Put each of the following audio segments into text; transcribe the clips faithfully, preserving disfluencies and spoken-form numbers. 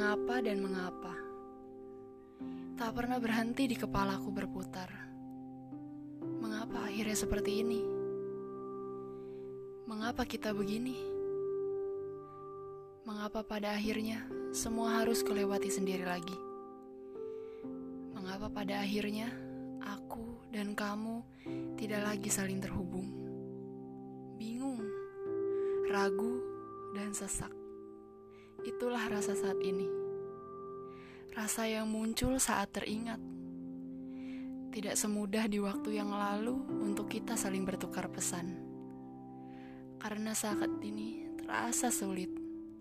Mengapa dan mengapa? Tak pernah berhenti di kepalaku berputar. Mengapa akhirnya seperti ini? Mengapa kita begini? Mengapa pada akhirnya semua harus kulewati sendiri lagi? Mengapa pada akhirnya aku dan kamu tidak lagi saling terhubung? Bingung, ragu, dan sesak. Itulah rasa saat ini. Rasa yang muncul saat teringat. Tidak semudah di waktu yang lalu untuk kita saling bertukar pesan. Karena saat ini terasa sulit.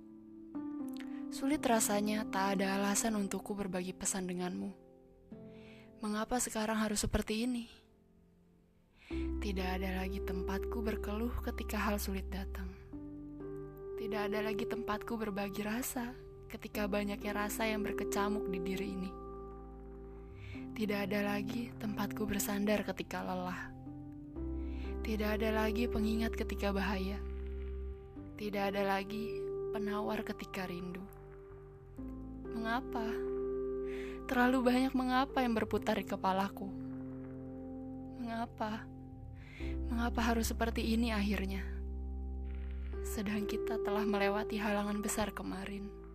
Sulit rasanya tak ada alasan untukku berbagi pesan denganmu. Mengapa sekarang harus seperti ini? Tidak ada lagi tempatku berkeluh ketika hal sulit datang. Tidak ada lagi tempatku berbagi rasa ketika banyaknya rasa yang berkecamuk di diri ini. Tidak ada lagi tempatku bersandar ketika lelah. Tidak ada lagi pengingat ketika bahaya. Tidak ada lagi penawar ketika rindu. Mengapa? Terlalu banyak mengapa yang berputar di kepalaku. Mengapa? Mengapa harus seperti ini akhirnya? Sedang kita telah melewati halangan besar kemarin.